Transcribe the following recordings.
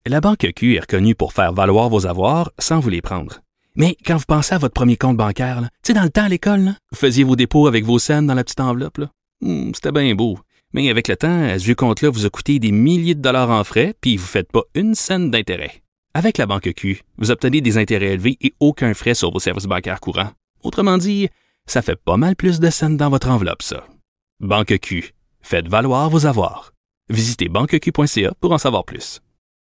La Banque Q est reconnue pour faire valoir vos avoirs sans vous les prendre. Mais quand vous pensez à votre premier compte bancaire, tu sais, dans le temps à l'école, là, vous faisiez vos dépôts avec vos scènes dans la petite enveloppe. Là. C'était bien beau. Mais avec le temps, ce vieux compte-là vous a coûté des milliers de dollars en frais, puis vous ne faites pas une scène d'intérêt. Avec la Banque Q, vous obtenez des intérêts élevés et aucun frais sur vos services bancaires courants. Autrement dit, ça fait pas mal plus de scènes dans votre enveloppe, ça. Banque Q. Faites valoir vos avoirs. Visitez banqueq.ca pour en savoir plus.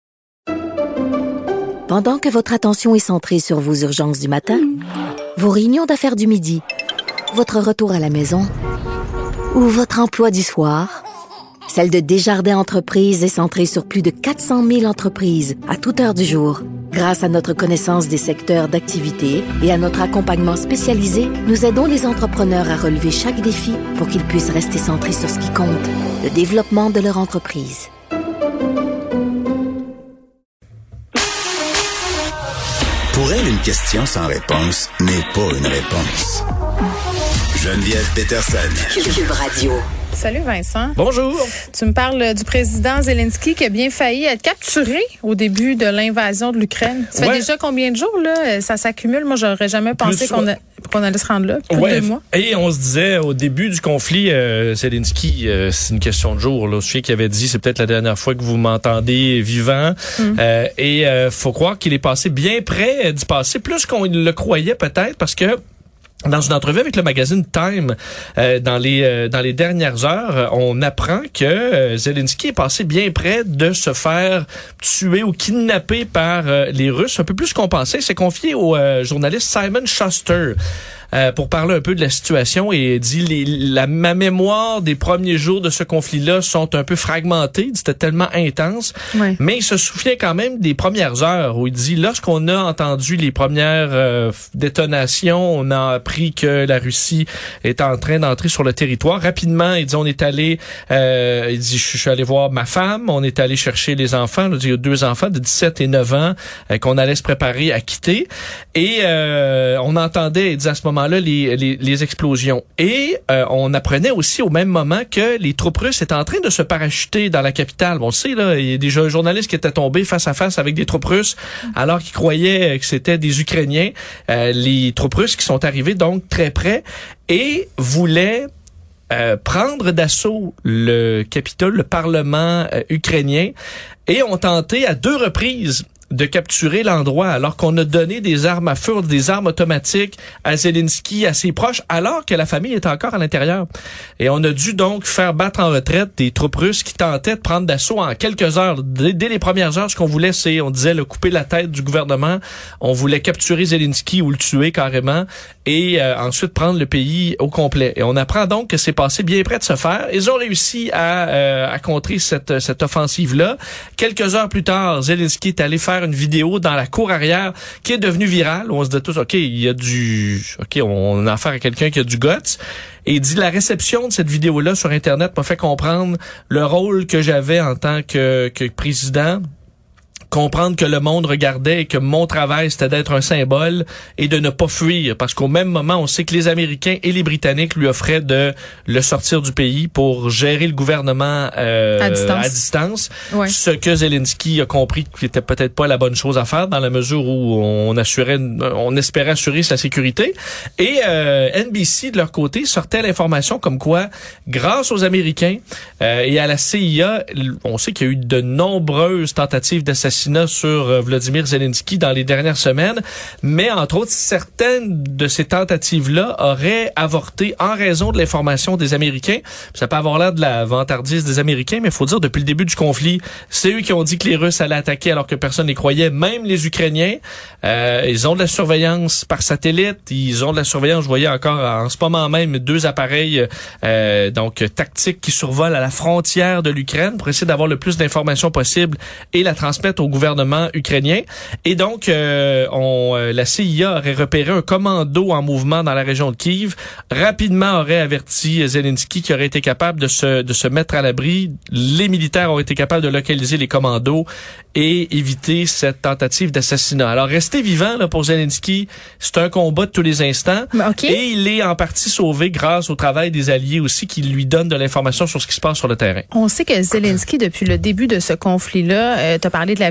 Pendant que votre attention est centrée sur vos urgences du matin, vos réunions d'affaires du midi, votre retour à la maison ou votre emploi du soir, celle de Desjardins Entreprises est centrée sur plus de 400 000 entreprises à toute heure du jour. Grâce à notre connaissance des secteurs d'activité et à notre accompagnement spécialisé, nous aidons les entrepreneurs à relever chaque défi pour qu'ils puissent rester centrés sur ce qui compte, le développement de leur entreprise. Pour elle, une question sans réponse n'est pas une réponse. Geneviève Peterson. Cube Radio. Salut Vincent. Bonjour. Tu me parles du président Zelensky qui a bien failli être capturé au début de l'invasion de l'Ukraine. Ça fait déjà combien de jours, là? Ça s'accumule. Moi, j'aurais jamais pensé qu'on allait se rendre là. Plus de 2 mois. Et on se disait, au début du conflit, Zelensky, c'est une question de jours. Là. Je sais qu'il avait dit, c'est peut-être la dernière fois que vous m'entendez vivant. Faut croire qu'il est passé bien près d'y passer, plus qu'on le croyait peut-être, parce que dans une entrevue avec le magazine Time, dans les dernières heures, on apprend que Zelensky est passé bien près de se faire tuer ou kidnapper par les Russes. Un peu plus qu'on pensait. C'est confié au journaliste Simon Schuster. Pour parler un peu de la situation et dit ma mémoire des premiers jours de ce conflit-là sont un peu fragmentées. C'était tellement intense. Ouais. Mais il se souvient quand même des premières heures où il dit, lorsqu'on a entendu les premières détonations, on a appris que la Russie est en train d'entrer sur le territoire. Rapidement, il dit, on est allé, il dit, je suis allé voir ma femme, on est allé chercher les enfants. Il y a 2 enfants de 17 et 9 ans qu'on allait se préparer à quitter. Et on entendait, il dit à ce moment-là, les explosions. Et on apprenait aussi au même moment que les troupes russes étaient en train de se parachuter dans la capitale. Bon, on sait, là, il y a déjà un journaliste qui était tombé face à face avec des troupes russes alors qu'il croyait que c'était des Ukrainiens. Les troupes russes qui sont arrivées donc très près et voulaient prendre d'assaut le Capitole, le Parlement ukrainien, et ont tenté à 2 reprises de capturer l'endroit alors qu'on a donné des armes à feu, des armes automatiques à Zelensky, à ses proches, alors que la famille est encore à l'intérieur. Et on a dû donc faire battre en retraite des troupes russes qui tentaient de prendre d'assaut en quelques heures. Dès les premières heures, ce qu'on voulait, c'est, on disait, couper la tête du gouvernement. On voulait capturer Zelensky ou le tuer carrément et ensuite prendre le pays au complet. Et on apprend donc que c'est passé bien près de se faire. Ils ont réussi à contrer cette offensive-là. Quelques heures plus tard, Zelensky est allé faire une vidéo dans la cour arrière qui est devenue virale. On se dit tous, on a affaire à quelqu'un qui a du guts. Et il dit, la réception de cette vidéo-là sur Internet m'a fait comprendre le rôle que j'avais en tant que président. Comprendre que le monde regardait et que mon travail, c'était d'être un symbole et de ne pas fuir. Parce qu'au même moment, on sait que les Américains et les Britanniques lui offraient de le sortir du pays pour gérer le gouvernement à distance. Ouais. Ce que Zelensky a compris qu'il était peut-être pas la bonne chose à faire dans la mesure où on espérait assurer sa sécurité. Et NBC, de leur côté, sortait l'information comme quoi, grâce aux Américains et à la CIA, on sait qu'il y a eu de nombreuses tentatives d'assassinat sur Vladimir Zelensky dans les dernières semaines, mais entre autres, certaines de ces tentatives-là auraient avorté en raison de l'information des Américains. Ça peut avoir l'air de la vantardise des Américains, mais il faut dire, depuis le début du conflit, c'est eux qui ont dit que les Russes allaient attaquer alors que personne n'y croyait, même les Ukrainiens. Ils ont de la surveillance par satellite, ils ont de la surveillance, je voyais encore en ce moment même 2 appareils tactiques qui survolent à la frontière de l'Ukraine pour essayer d'avoir le plus d'informations possible et la transmettre au gouvernement ukrainien. Et donc, la CIA aurait repéré un commando en mouvement dans la région de Kiev, rapidement aurait averti Zelensky qui aurait été capable de se mettre à l'abri. Les militaires ont été capables de localiser les commandos et éviter cette tentative d'assassinat. Alors, rester vivant là, pour Zelensky, c'est un combat de tous les instants. Okay. Et il est en partie sauvé grâce au travail des alliés aussi qui lui donnent de l'information sur ce qui se passe sur le terrain. On sait que Zelensky, depuis le début de ce conflit-là, t'as parlé de la vidéo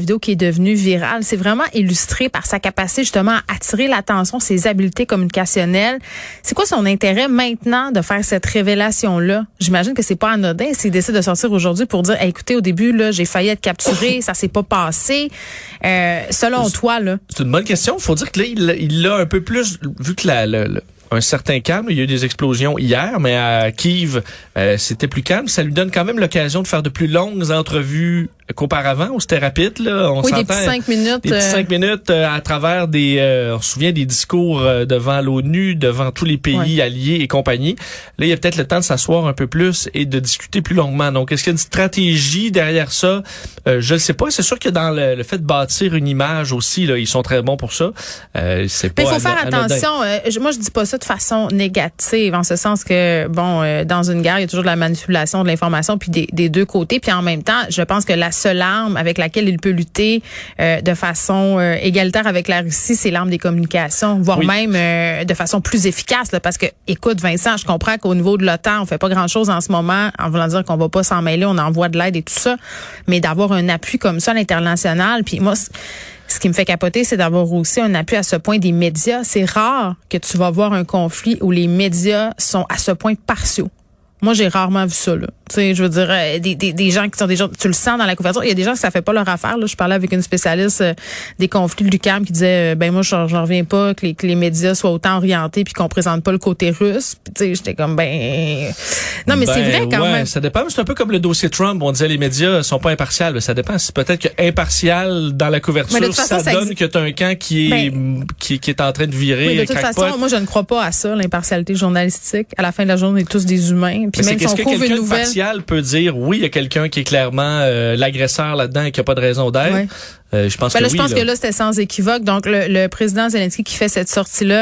vidéo qui est devenue virale. C'est vraiment illustré par sa capacité justement à attirer l'attention, ses habiletés communicationnelles. C'est quoi son intérêt maintenant de faire cette révélation-là? J'imagine que c'est pas anodin s'il décide de sortir aujourd'hui pour dire hey, écoutez, au début, là, j'ai failli être capturé, ça s'est pas passé. Selon toi, là. C'est une bonne question. Faut dire que là, il l'a un peu plus, vu que un certain calme. Il y a eu des explosions hier, mais à Kiev, c'était plus calme. Ça lui donne quand même l'occasion de faire de plus longues entrevues qu'auparavant, où c'était rapide, là. On oui, s'entend, des petits 5 minutes. Des petits 5 minutes à travers on se souvient des discours devant l'ONU, devant tous les pays alliés et compagnie. Là, il y a peut-être le temps de s'asseoir un peu plus et de discuter plus longuement. Donc, est-ce qu'il y a une stratégie derrière ça? Je ne sais pas. C'est sûr que dans le fait de bâtir une image aussi, là, ils sont très bons pour ça. C'est pas. Mais il faut faire attention. Moi, je dis pas ça de façon négative, en ce sens que, dans une guerre, il y a toujours de la manipulation de l'information, puis des deux côtés. Puis en même temps, je pense que la seule arme avec laquelle il peut lutter de façon égalitaire avec la Russie, c'est l'arme des communications, voire même de façon plus efficace. Là, parce que, écoute, Vincent, je comprends qu'au niveau de l'OTAN, on fait pas grand-chose en ce moment, en voulant dire qu'on va pas s'en mêler, on envoie de l'aide et tout ça, mais d'avoir un appui comme ça à l'international, puis moi, ce qui me fait capoter, c'est d'avoir aussi un appui à ce point des médias. C'est rare que tu vas voir un conflit où les médias sont à ce point partiaux. Moi, j'ai rarement vu ça, là. Tu sais, je veux dire, des gens qui sont déjà, tu le sens dans la couverture. Il y a des gens que ça fait pas leur affaire, là. Je parlais avec une spécialiste des conflits de l'UQAM qui disait, moi, j'en reviens pas que les médias soient autant orientés puis qu'on présente pas le côté russe. Puis, tu sais, j'étais comme, non, mais c'est vrai quand même. Ça dépend. C'est un peu comme le dossier Trump. On disait les médias sont pas impartials. Mais ça dépend. C'est peut-être que impartial dans la couverture, ça donne que t'as un camp qui est en train de virer. Oui, de toute façon, moi, je ne crois pas à ça, l'impartialité journalistique. À la fin de la journée, on est tous des humains. Puis même si on trouve une nouvelle, partial peut dire oui, il y a quelqu'un qui est clairement l'agresseur là-dedans et qui a pas de raison d'être. Ouais. Je pense que je pense que là c'était sans équivoque. Donc le président Zelensky qui fait cette sortie-là,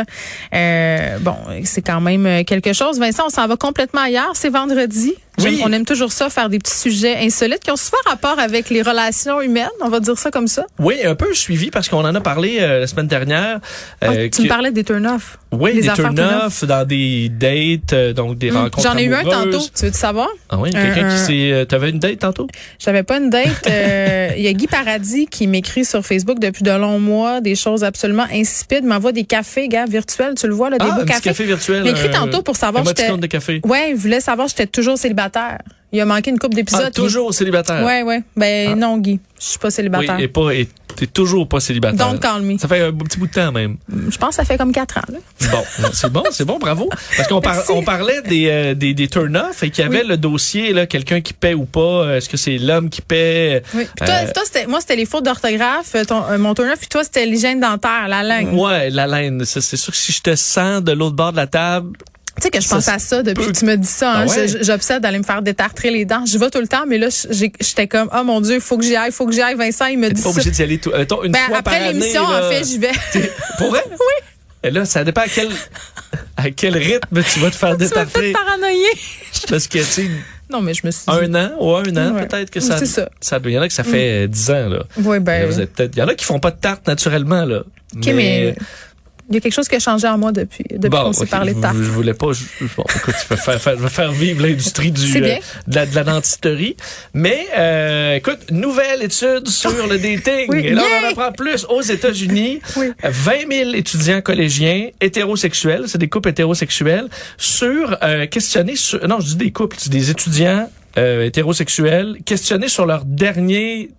c'est quand même quelque chose. Vincent, on s'en va complètement ailleurs. C'est vendredi. Oui. On aime toujours ça, faire des petits sujets insolites qui ont souvent rapport avec les relations humaines. On va dire ça comme ça. Oui, un peu suivi parce qu'on en a parlé la semaine dernière. Tu me parlais des turn-off. Oui, des turn-off dans des dates, donc des rencontres J'en ai amoureuses. Eu un tantôt. Tu veux savoir? Ah oui, quelqu'un qui s'est... T'avais une date tantôt? J'avais pas une date. Il y a Guy Paradis qui m'écrit sur Facebook depuis de longs mois des choses absolument insipides. Il m'envoie des cafés, gars, virtuels. Tu le vois, là, des beaux cafés. Café virtuel. Il m'écrit tantôt pour savoir si j'étais... de café. Ouais, il voulait savoir si j'étais toujours célibataire. Il a manqué une couple d'épisodes. Toujours célibataire. Ouais. Non, Guy, je suis pas célibataire. Oui, et t'es toujours pas célibataire. Don't call me. Ça fait un petit bout de temps même. Je pense que ça fait comme 4 ans. Là. Bon, c'est bon, bravo. Parce qu'on on parlait des turn-off et qu'il y avait le dossier là, quelqu'un qui paie ou pas. Est-ce que c'est l'homme qui paie? Oui. Puis toi, moi c'était les fautes d'orthographe, mon turn-off. Puis toi c'était l'hygiène dentaire, la laine. Ouais, la laine. C'est sûr que si je te sens de l'autre bord de la table. Tu sais que je pense à ça depuis que tu me dis ça. Hein. J'obsède d'aller me faire détartrer les dents. J'y vais tout le temps, mais là, j'étais comme, oh mon Dieu, il faut que j'y aille. Vincent, il me dit ça. T'es pas obligé d'y aller une fois par année. Après l'émission, en fait, j'y vais. Pour vrai? Oui. Et là, ça dépend à quel rythme tu vas te faire détartrer. Tu vas te paranoïer. Parce que, tu sais... Non, mais je me suis dit... Un an, peut-être que ça... C'est ça. Il y en a que ça fait 10 ans, là. Oui, il y en a qui font pas de tarte naturellement, là. OK, mais... Il y a quelque chose qui a changé en moi depuis qu'on s'est parlé de tarte. Je voulais pas. Écoute, je vais faire vivre l'industrie de la dentisterie. Mais écoute, nouvelle étude sur le dating. Et là, on en apprend plus aux États-Unis. 20 000 étudiants collégiens hétérosexuels, c'est des couples hétérosexuels, questionnés sur. Non, je dis des couples, c'est des étudiants hétérosexuels questionnés sur leur dernière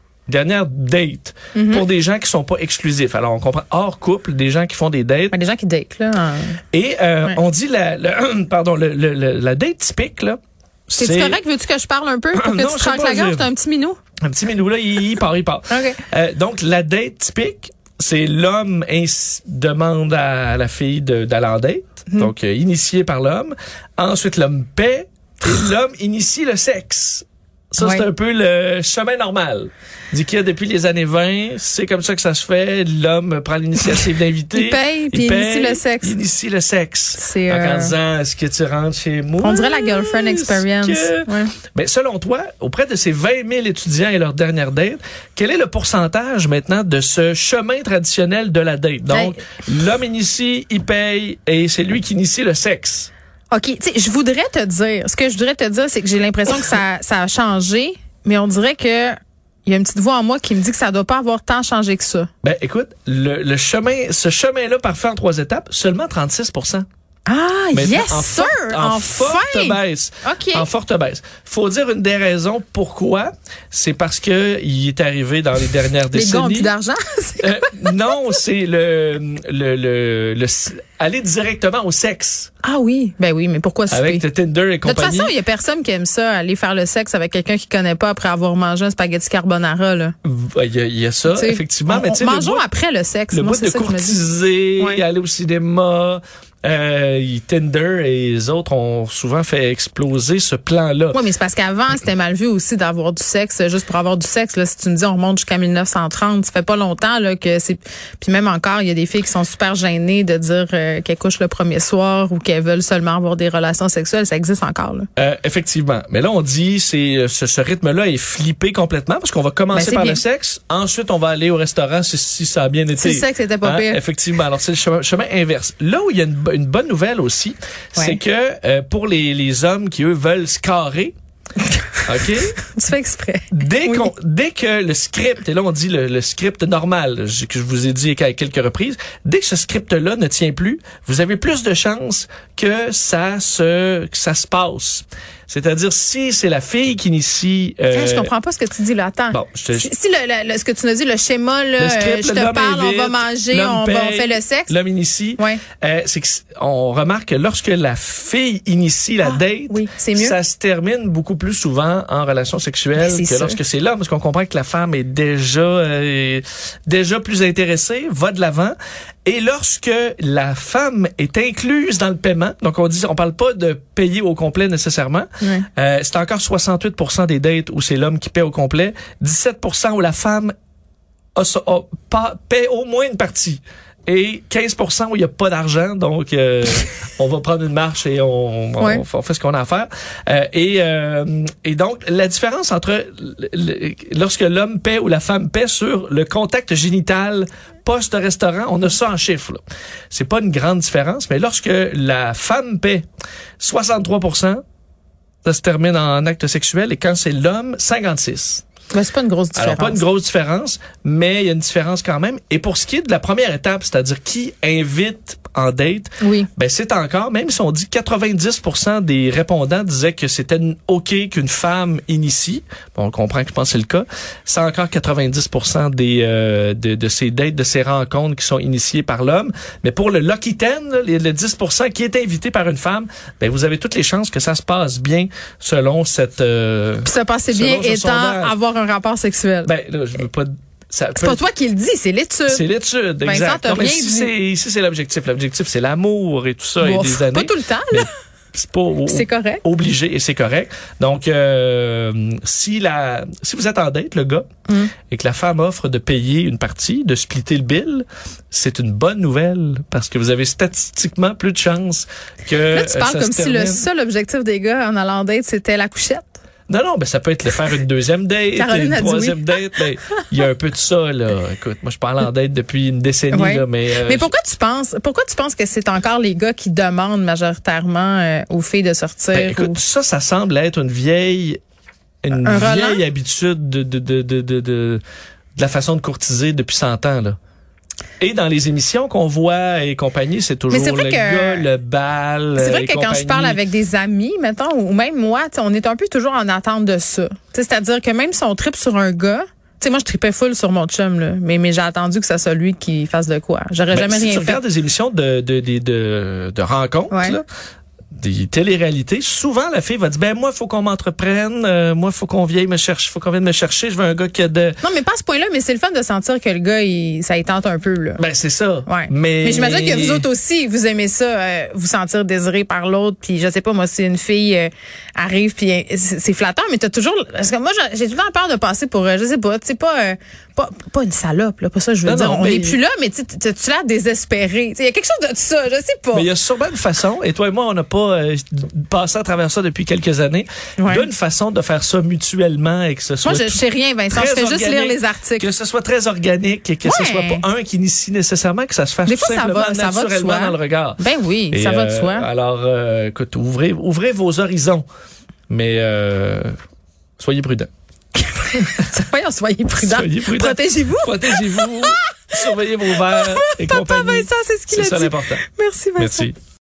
date pour des gens qui sont pas exclusifs. Alors, on comprend hors couple, des gens qui font des dates. Des gens qui datent, là. Et on dit la date typique, là. C'est correct? Veux-tu que je parle un peu pour que tu te tranques la gorge? T'as un petit minou? Un petit minou, là, il part. Okay. Donc, la date typique, c'est l'homme demande à la fille d'aller en date. Donc, initié par l'homme. Ensuite, l'homme paie et l'homme initie le sexe. Ça, c'est un peu le chemin normal. Dit qu'il y a depuis les années 20, c'est comme ça que ça se fait. L'homme prend l'initiative d'inviter. Il paye, puis il initie le sexe. Il initie le sexe. C'est en disant, est-ce que tu rentres chez moi? On dirait la girlfriend experience. Ben, selon toi, auprès de ces 20 000 étudiants et leur dernière date, quel est le pourcentage maintenant de ce chemin traditionnel de la date? Donc, l'homme initie, il paye, et c'est lui qui initie le sexe. OK, tu sais, ce que je voudrais te dire, c'est que j'ai l'impression que ça a changé, mais on dirait que Il y a une petite voix en moi qui me dit que ça doit pas avoir tant changé que ça. Ben, écoute, ce chemin-là parfait en 3 étapes, seulement 36%. Ah, Maintenant, yes, sir! En forte baisse. OK. En forte baisse. Faut dire une des raisons pourquoi. C'est parce que il est arrivé dans les dernières décennies. Les gars ont plus d'argent? Non, c'est aller directement au sexe. Ah oui. Ben oui, mais pourquoi souper? Avec le Tinder et compagnie. De toute façon, il y a personne qui aime ça, aller faire le sexe avec quelqu'un qui connaît pas après avoir mangé un spaghetti carbonara, là. Il y a ça, T'sais, effectivement. Mais mangeons après le sexe. Le Moi, bout de courtiser, aller au cinéma, Tinder et les autres ont souvent fait exploser ce plan-là. Oui, mais c'est parce qu'avant, c'était mal vu aussi d'avoir du sexe juste pour avoir du sexe. Là, si tu me dis on remonte jusqu'à 1930, ça fait pas longtemps là que c'est. Puis même encore, il y a des filles qui sont super gênées de dire qu'elles couchent le premier soir ou qu'elles veulent seulement avoir des relations sexuelles. Ça existe encore là. Effectivement. Mais là, on dit c'est ce rythme-là est flippé complètement parce qu'on va commencer par le sexe. Ensuite, on va aller au restaurant si ça a bien été. Si le sexe était pas pire. Effectivement. Alors c'est le chemin inverse. Là où il y a une bonne nouvelle aussi, c'est que pour les hommes qui eux veulent se carrer. OK? Tu fais exprès. Dès que le script, et là on dit le script normal, que je vous ai dit à quelques reprises, dès que ce script-là ne tient plus, vous avez plus de chances que ça se passe. C'est-à-dire, si c'est la fille qui initie... je comprends pas ce que tu dis, là. Attends. Bon, si ce que tu nous dis, le schéma, là, le script, je te parle, on va manger, on fait le sexe. L'homme initie. Ouais. C'est on remarque que lorsque la fille initie la date, c'est mieux. Ça se termine beaucoup plus souvent en relation sexuelle que lorsque c'est l'homme, parce qu'on comprend que la femme est déjà plus intéressée, va de l'avant. Et lorsque la femme est incluse dans le paiement, donc on parle pas de payer au complet nécessairement, c'est encore 68% des dates où c'est l'homme qui paie au complet, 17% où la femme paie au moins une partie. Et 15% où il n'y a pas d'argent, donc on va prendre une marche et on fait ce qu'on a à faire. Et donc, la différence entre lorsque l'homme paie ou la femme paie sur le contact génital post-restaurant, on a ça en chiffres. Là. C'est pas une grande différence, mais lorsque la femme paie 63%, ça se termine en acte sexuel, et quand c'est l'homme, 56%. Ben, c'est pas une grosse différence. Alors, pas une grosse différence, mais il y a une différence quand même. Et pour ce qui est de la première étape, c'est-à-dire qui invite en date, ben c'est encore, même si on dit 90% des répondants disaient que c'était OK qu'une femme initie, bon, on comprend que je pense que c'est le cas, c'est encore 90% de ces dates, de ces rencontres qui sont initiées par l'homme. Mais pour le Lucky 10, le 10% qui est invité par une femme, ben vous avez toutes les chances que ça se passe bien selon cette... Puis ça passait bien étant avoir un rapport sexuel. Ben là, je veux pas... C'est pas toi qui le dis, c'est l'étude. C'est l'étude, exact. Non, mais si c'est l'objectif. L'objectif, c'est l'amour et tout ça, et des années. Pas tout le temps, là. C'est pas c'est correct. Obligé, et c'est correct. Donc, si vous êtes en date, le gars, et que la femme offre de payer une partie, de splitter le bill, c'est une bonne nouvelle, parce que vous avez statistiquement plus de chances que là, tu parles comme si le seul objectif des gars en allant en date, c'était la couchette. Non, ben ça peut être faire une deuxième date, une troisième date. Ben, il y a un peu de ça, là. Écoute, moi je parle en date depuis une décennie, là, mais pourquoi tu penses que c'est encore les gars qui demandent majoritairement aux filles de sortir? Ben, écoute, ça semble être une vieille habitude de la façon de courtiser depuis 100 ans, là. Et dans les émissions qu'on voit et compagnie, c'est toujours le gars, le bal. C'est vrai que quand je parle avec des amis, mettons, ou même moi, on est un peu toujours en attente de ça. C'est-à-dire que même si on tripe sur un gars, moi je tripais full sur mon chum, là, mais j'ai attendu que ça soit lui qui fasse de quoi. J'aurais jamais rien fait. Si tu regardes des émissions de rencontres, là, des téléréalités, souvent la fille va dire moi faut qu'on m'entreprenne, moi faut qu'on vienne me chercher, je veux un gars qui a de... Non, mais pas à ce point-là, mais c'est le fun de sentir que le gars ça y tente un peu, là. Ben c'est ça. Ouais. Mais j'imagine que vous autres aussi vous aimez ça, vous sentir désiré par l'autre, puis je sais pas moi, si une fille arrive puis c'est flatteur, mais t'as toujours, parce que moi j'ai tout le temps peur de passer pour je sais pas, tu sais pas une salope, là, pas ça je veux dire. On n'est plus là, mais tu l'air désespéré. Il y a quelque chose de ça, je sais pas. Mais il y a sûrement une façon, et toi et moi on n'a pas passé à travers ça depuis quelques années. Il y a une façon de faire ça mutuellement et que ce soit... Moi, je sais rien, Vincent. Je fais juste lire les articles. Que ce soit très organique et que ce soit pas un qui initie nécessairement, que ça se fasse tout simplement naturellement dans le regard. Ben oui, ça va de soi. Alors, écoute, ouvrez vos horizons, mais soyez prudents. Voyons, soyez prudents. Soyez prudents. Protégez-vous. Surveillez vos verres et Papa compagnie. Vincent, c'est ce qu'il a dit. C'est ça l'important. Merci Vincent. Merci.